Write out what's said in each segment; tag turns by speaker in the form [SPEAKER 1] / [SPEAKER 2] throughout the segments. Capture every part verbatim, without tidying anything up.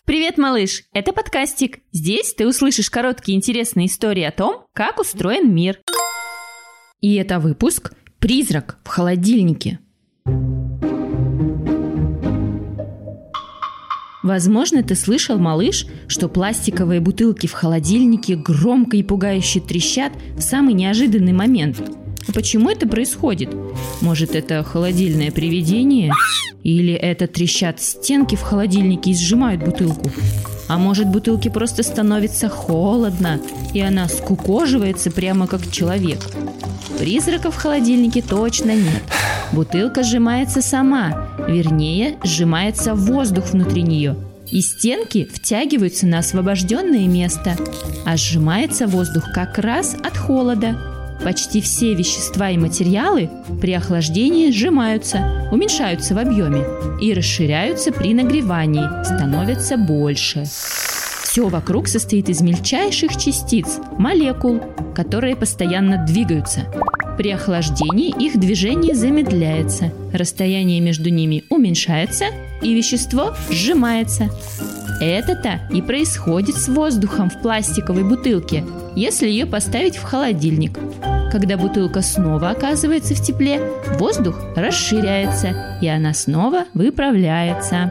[SPEAKER 1] Привет, малыш! Это подкастик. Здесь ты услышишь короткие интересные истории о том, как устроен мир. И это выпуск «Призрак в холодильнике». Возможно, ты слышал, малыш, что пластиковые бутылки в холодильнике громко и пугающе трещат в самый неожиданный момент. А почему это происходит? Может, это холодильное привидение? Или это трещат стенки в холодильнике и сжимают бутылку? А может, бутылке просто становится холодно, и она скукоживается прямо как человек? Призраков в холодильнике точно нет. Бутылка сжимается сама, вернее, сжимается воздух внутри нее. И стенки втягиваются на освобожденное место, а сжимается воздух как раз от холода. Почти все вещества и материалы при охлаждении сжимаются, уменьшаются в объеме и расширяются при нагревании, становятся больше. Все вокруг состоит из мельчайших частиц, молекул, которые постоянно двигаются. При охлаждении их движение замедляется, расстояние между ними уменьшается и вещество сжимается. Это-то и происходит с воздухом в пластиковой бутылке, если ее поставить в холодильник. Когда бутылка снова оказывается в тепле, воздух расширяется, и она снова выправляется.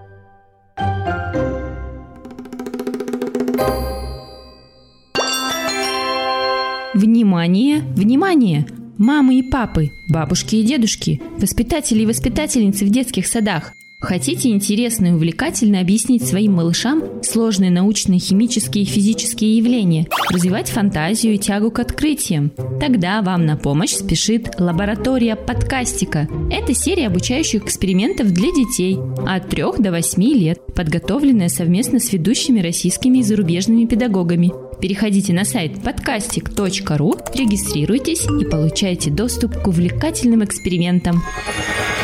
[SPEAKER 1] Внимание, внимание! Мамы и папы, бабушки и дедушки, воспитатели и воспитательницы в детских садах. Хотите интересно и увлекательно объяснить своим малышам сложные научные, химические и физические явления, развивать фантазию и тягу к открытиям? Тогда вам на помощь спешит лаборатория подкастика. Это серия обучающих экспериментов для детей от трёх до восьми лет, подготовленная совместно с ведущими российскими и зарубежными педагогами. Переходите на сайт подкастик точка ру, регистрируйтесь и получайте доступ к увлекательным экспериментам.